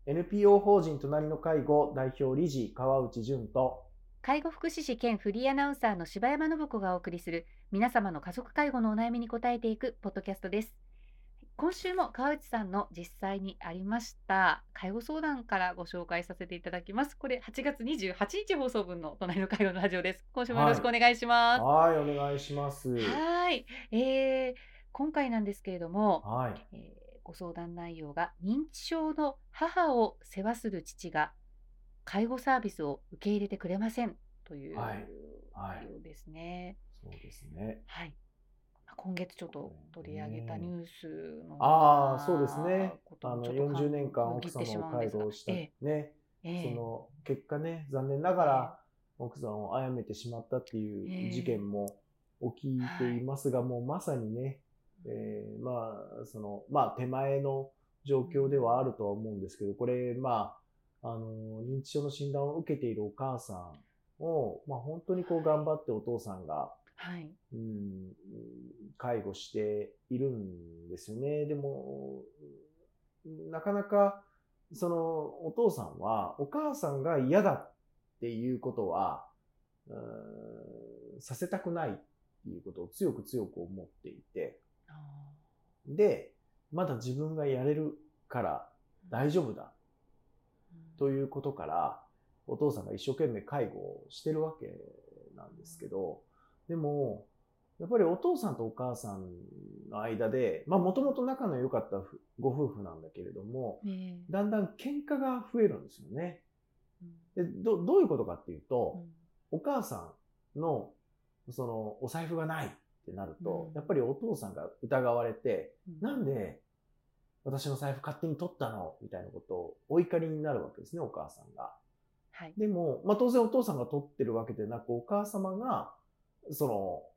NPO 法人隣の介護代表理事川内淳と、 介護福祉士兼フリーアナウンサーの柴山信子がお送りする皆様の家族介護のお悩みに答えていくポッドキャストです。今週も川内さんの実際にありました介護相談からご紹介させていただきます。これ8月28日放送分の隣の介護のラジオです。今週もよろしくお願いします。 はい、お願いします。 はい、今回なんですけれども、 はい。 ご相談内容が認知症の母を世話する父が介護サービスを受け入れてくれませんというはい。はい。 内容ですね。 そうですね。 はい。今月ちょっと取り上げたニュースの、 そうですね。 こともちょっと 40年間よぎってし奥様をまうんですが、 介護したね、そええ、 の結果ね、残念ながら奥さんを殺めてしまったっていう事件も起きていますが、もうまさにね、手前の状況ではあるとは思うんですけど、これ、認知症の診断を受けているお母さんを、本当にこう頑張ってお父さんが、 はい、 介護しているんですよね。でも、なかなか、そのお父さんは、お母さんが嫌だっていうことは、させたくないっていうことを強く強く思っていて、で、まだ自分がやれるから大丈夫だということから、お父さんが一生懸命介護をしてるわけなんですけど、でも、やっぱりお父さんとお母さんの間で、もともと仲の良かったご夫婦なんだけれども、だんだん喧嘩が増えるんですよね。で、どういうことかっていうと、お母さんの、その、お財布がないってなると、やっぱりお父さんが疑われて、なんで私の財布勝手に取ったのみたいなことをお怒りになるわけですね、お母さんが。 はい、 でも、当然お父さんが取ってるわけでなく、お母様が、そ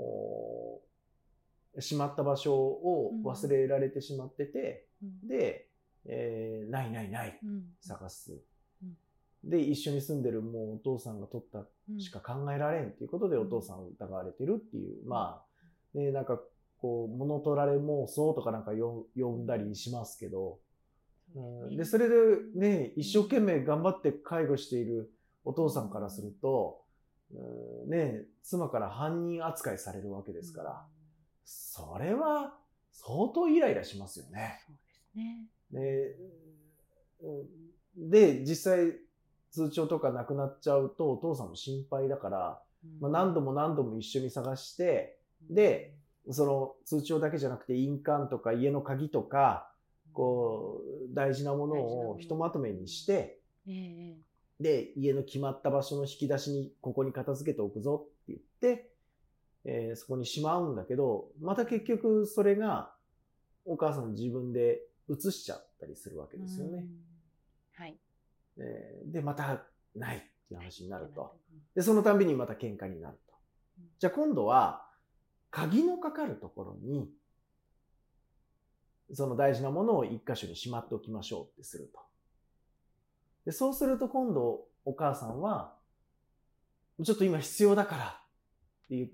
の、しまった場所を忘れられてしまってて、で、ないないない、探す。で、一緒に住んでるもうお父さんが取ったしか考えられんっていうことでお父さんを疑われてるっていう、なんかこう、物取られ妄想とかなんか呼んだりしますけど、で、それでね、一生懸命頑張って介護しているお父さんからすると、ね、妻から犯人扱いされるわけですから、それは相当イライラしますよね。 そうですね。で、実際通帳とかなくなっちゃうとお父さんも心配だから、何度も何度も一緒に探して、で、その通帳だけじゃなくて印鑑とか家の鍵とか、こう、大事なものをひとまとめにして、で、家の決まった場所の引き出しにここに片付けておくぞって言って、そこにしまうんだけど、また結局それがお母さん自分で移しちゃったりするわけですよね。 はい。 で、またないっていう話になると。で、そのたんびにまた喧嘩になると。じゃあ今度は、鍵のかかるところに、その大事なものを一箇所にしまっておきましょうってすると。で、そうすると今度お母さんは、ちょっと今必要だからって言って、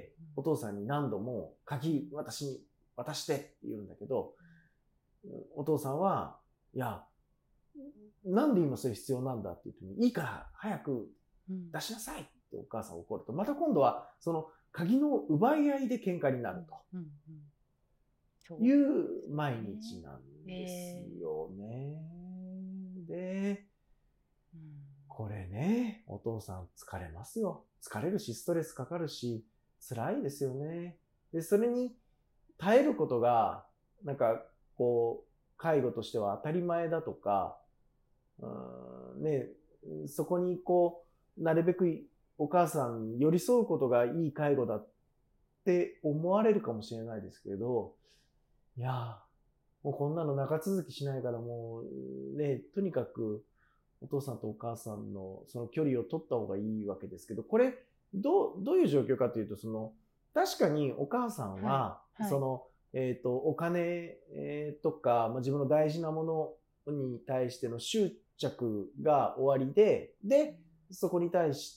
お父さんに何度も鍵私に渡してって言うんだけど、お父さんは、いや、なんで今それ必要なんだって言ってもいいから早く出しなさいってお母さん怒ると、また今度はその鍵の奪い合いで喧嘩になるという毎日なんですよね。で、これね、お父さん疲れますよ。疲れるし、ストレスかかるし、辛いですよね。で、それに耐えることが、なんか、こう、介護としては当たり前だとか、ね、そこにこう、なるべくお母さんに寄り添うことがいい介護だって思われるかもしれないですけど、いやもうこんなの長続きしないからもうね、とにかくお父さんとお母さんのその距離を取った方がいいわけですけど、これどういう状況かというと、その確かにお母さんは、そのお金とか、自分の大事なものに対しての執着が終わりで、そこに対して、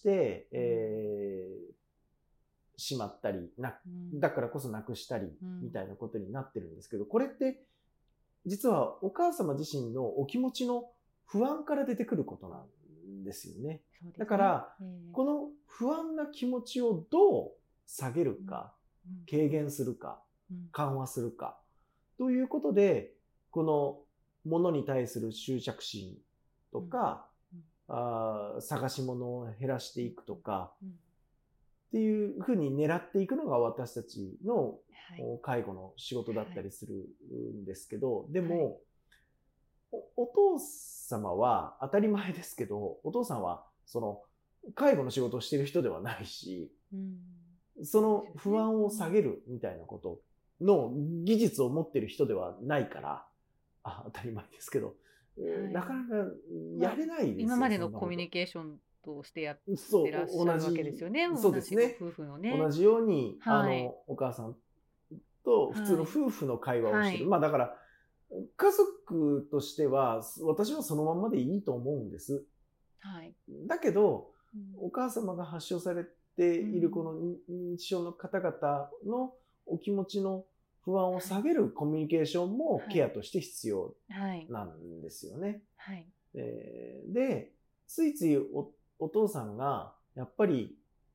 しまったりだからこそなくしたりみたいなことになってるんですけど、これって実はお母様自身のお気持ちの不安から出てくることなんですよね。 そうですね。 だから、この不安な気持ちをどう下げるか、軽減するか、緩和するか、ということで、このものに対する執着心とか、探し物を減らしていくとか、っていうふうに狙っていくのが私たちの介護の仕事だったりするんですけど、でも、お父様は当たり前ですけど、お父さんはその介護の仕事をしている人ではないし、その不安を下げるみたいなことの技術を持っている人ではないから、当たり前ですけど、なかなかやれないですよ、 今までのコミュニケーションとしてやってらっしゃるわけですよね。 そうですね。 夫婦のね。 同じように、お母さんと普通の夫婦の会話をしてる。まあだから、家族としては、私はそのままでいいと思うんです。だけど、お母様が発症されているこの認知症の方々のお気持ちの不安を下げるコミュニケーションもケアとして必要なんですよね。で、ついついお父さんがやっぱり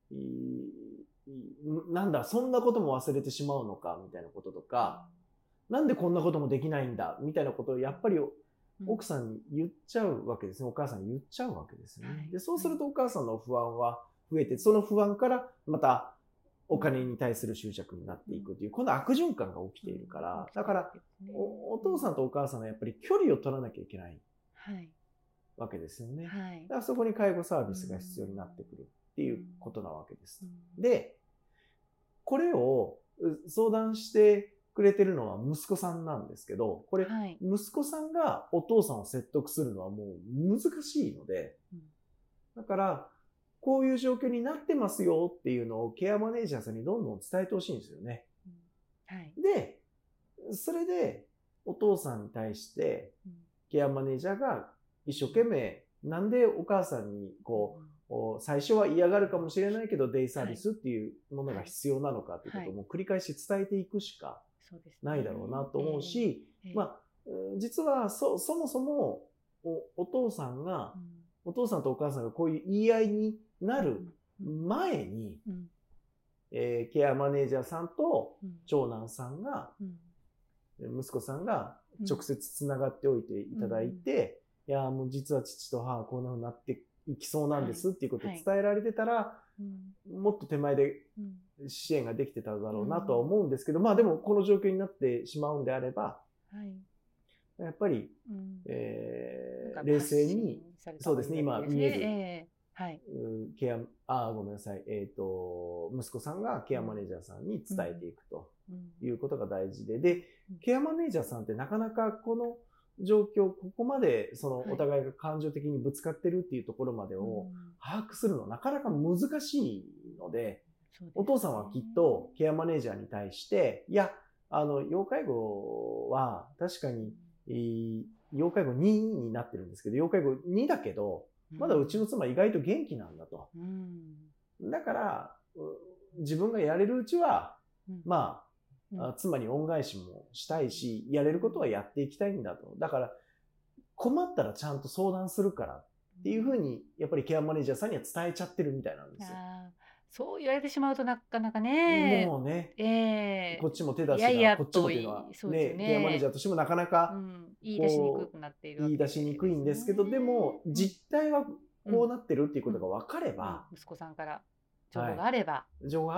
なんだそんなことも忘れてしまうのかみたいなこととか、なんでこんなこともできないんだみたいなことをやっぱり奥さんに言っちゃうわけですね。お母さんに言っちゃうわけですね。で、そうするとお母さんの不安は増えて、その不安からまたお金に対する執着になっていくという、この悪循環が起きているから、だからお父さんとお母さんはやっぱり距離を取らなきゃいけないわけですよね。だからそこに介護サービスが必要になってくるっていうことなわけです。で、これを相談してくれてるのは息子さんなんですけど、これ、息子さんがお父さんを説得するのはもう難しいので、だから、こういう状況になってますよっていうのをケアマネージャーさんにどんどん伝えてほしいんですよね。で、それでお父さんに対してケアマネージャーが一生懸命、なんでお母さんに最初は嫌がるかもしれないけどデイサービスっていうものが必要なのかということをもう繰り返し伝えていくしかないだろうなと思うし、実はそもそもお父さんとお母さんがこういう言い合いになる前に、ケアマネージャーさんと長男さんが、息子さんが直接つながっておいていただいて、いやもう実は父と母はこんな風になっていきそうなんですっていうことを伝えられてたら、もっと手前で支援ができてただろうなとは思うんですけど、でもこの状況になってしまうんであれば、やっぱり、冷静に、そうですね、今見える、ごめんなさい、息子さんがケアマネージャーさんに伝えていくということが大事で、ケアマネージャーさんってなかなかこの状況、ここまでそのお互いが感情的にぶつかってるっていうところまでを把握するのなかなか難しいので、お父さんはきっとケアマネージャーに対して、いや、要介護は確かに、要介護2になってるんですけど、要介護2だけど、まだうちの妻意外と元気なんだと。だから、自分がやれるうちは、妻に恩返しもしたいし、やれることはやっていきたいんだと。だから、困ったらちゃんと相談するからっていうふうに、やっぱりケアマネージャーさんには伝えちゃってるみたいなんですよ。 そう言われてしまうとなかなかね。 もうね、こっちも手出しが、こっちもっていうのは、ケアマネージャーとしてもなかなか、 言い出しにくくなっているわけですね。 言い出しにくいんですけど、でも、実態はこうなってるっていうことが分かれば、 息子さんから情報があれば、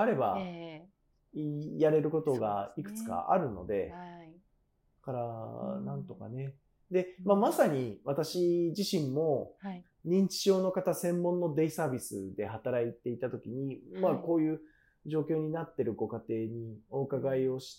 やれることがいくつかあるので、からなんとかね。で、まさに私自身も認知症の方専門のデイサービスで働いていたときに、こういう状況になっているご家庭にお伺いをして、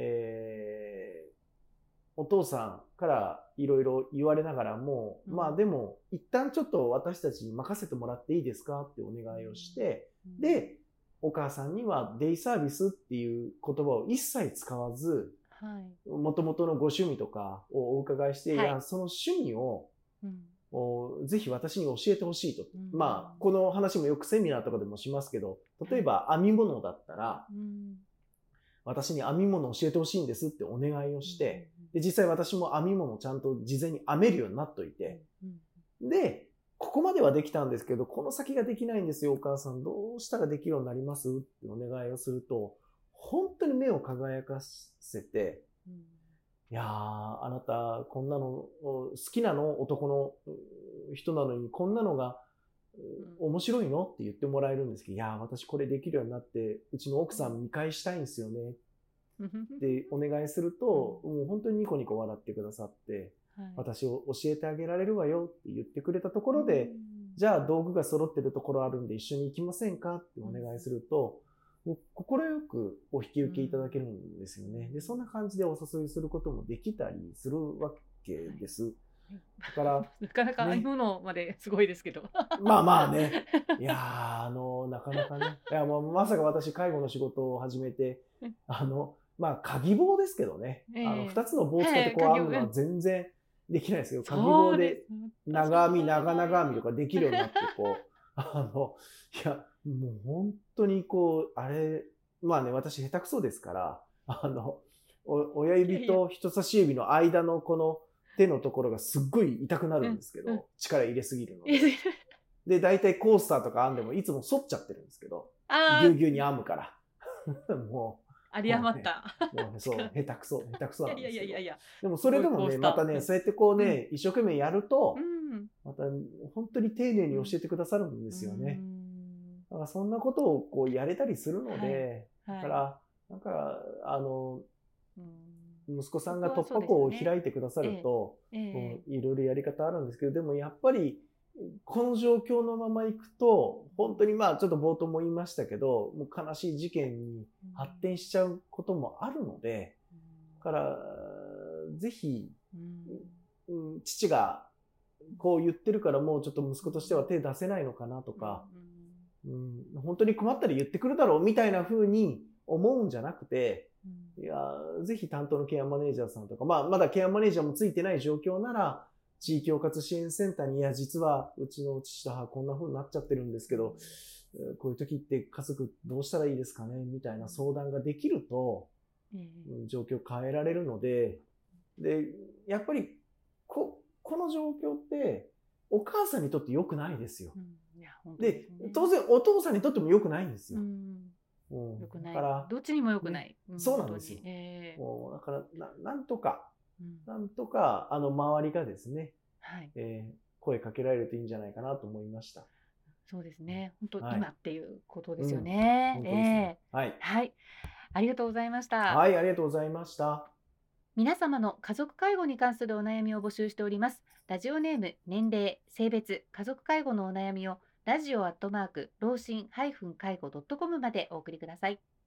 お父さんからいろいろ言われながらも、でも一旦ちょっと私たちに任せてもらっていいですかってお願いをして、で、お母さんにはデイサービスっていう言葉を一切使わず、元々のご趣味とかをお伺いして、いや、その趣味を、ぜひ私に教えてほしいと。この話もよくセミナーとかでもしますけど、例えば編み物だったら、私に編み物を教えてほしいんですってお願いをして、 で、実際私も編み物ちゃんと事前に編めるようになっといて、で、ここまではできたんですけど、この先ができないんですよ、お母さん。どうしたらできるようになりますってお願いをすると、本当に目を輝かせて、いやー、あなた、こんなの好きなの？男の人なのに、こんなのが面白いの？って言ってもらえるんですけど、いやー、私これできるようになって、うちの奥さん見返したいんですよね。ってお願いすると、もう本当にニコニコ笑ってくださって、私を教えてあげられるわよって言ってくれたところで、じゃあ道具が揃ってるところあるんで一緒に行きませんかってお願いすると、もう快くお引き受けいただけるんですよね。で、そんな感じでお誘いすることもできたりするわけです。だから、 なかなか編み物まですごいですけど。 まあまあね。いやー、なかなかね。いや、もうまさか私、介護の仕事を始めて、まあ、鍵棒ですけどね。二つの棒を使ってこう編むのは全然できないですけど、鍵棒で長編み、長編みとかできるようになって、いや、もう本当にあれ、まあね、私下手くそですから、親指と人差し指の間のこの手のところがすっごい痛くなるんですけど、力入れすぎるので。で、大体コースターとか編んでもいつも反っちゃってるんですけど、ぎゅうぎゅうに編むから。もう。 有り余った。 もうね、そう、下手くそなんですよ。 いや。 でもそれでもね、またね、そうやって一生懸命やると、また本当に丁寧に教えてくださるんですよね。だからそんなことをやれたりするので、だから、息子さんが突破口を開いてくださると、いろいろやり方あるんですけど、でもやっぱり、この状況のままいくと、本当にちょっと冒頭も言いましたけど、もう悲しい事件に発展しちゃうこともあるので、だから、ぜひ、父がこう言ってるからもうちょっと息子としては手出せないのかなとか、本当に困ったら言ってくるだろうみたいな風に思うんじゃなくて、いや、ぜひ担当のケアマネージャーさんとか、まだケアマネージャーもついてない状況なら、地域包括支援センターに、いや、実はうちの父と母こんな風になっちゃってるんですけど、こういう時って家族どうしたらいいですかねみたいな相談ができると、状況を変えられるので、で、やっぱりこの状況ってお母さんにとって良くないですよ。で、当然お父さんにとっても良くないんですよ。 良くない。だからどっちにも良くない。 そうなんですよ。だからなんとか周りがですね、声かけられるといいんじゃないかなと思いました。 そうですね。本当今っていうことですよね。はい。ありがとうございました。 はい、ありがとうございました。 皆様の家族介護に関するお悩みを募集しております。ラジオネーム、年齢、性別、家族介護のお悩みをラジオ@老人-介護.comまでお送りください。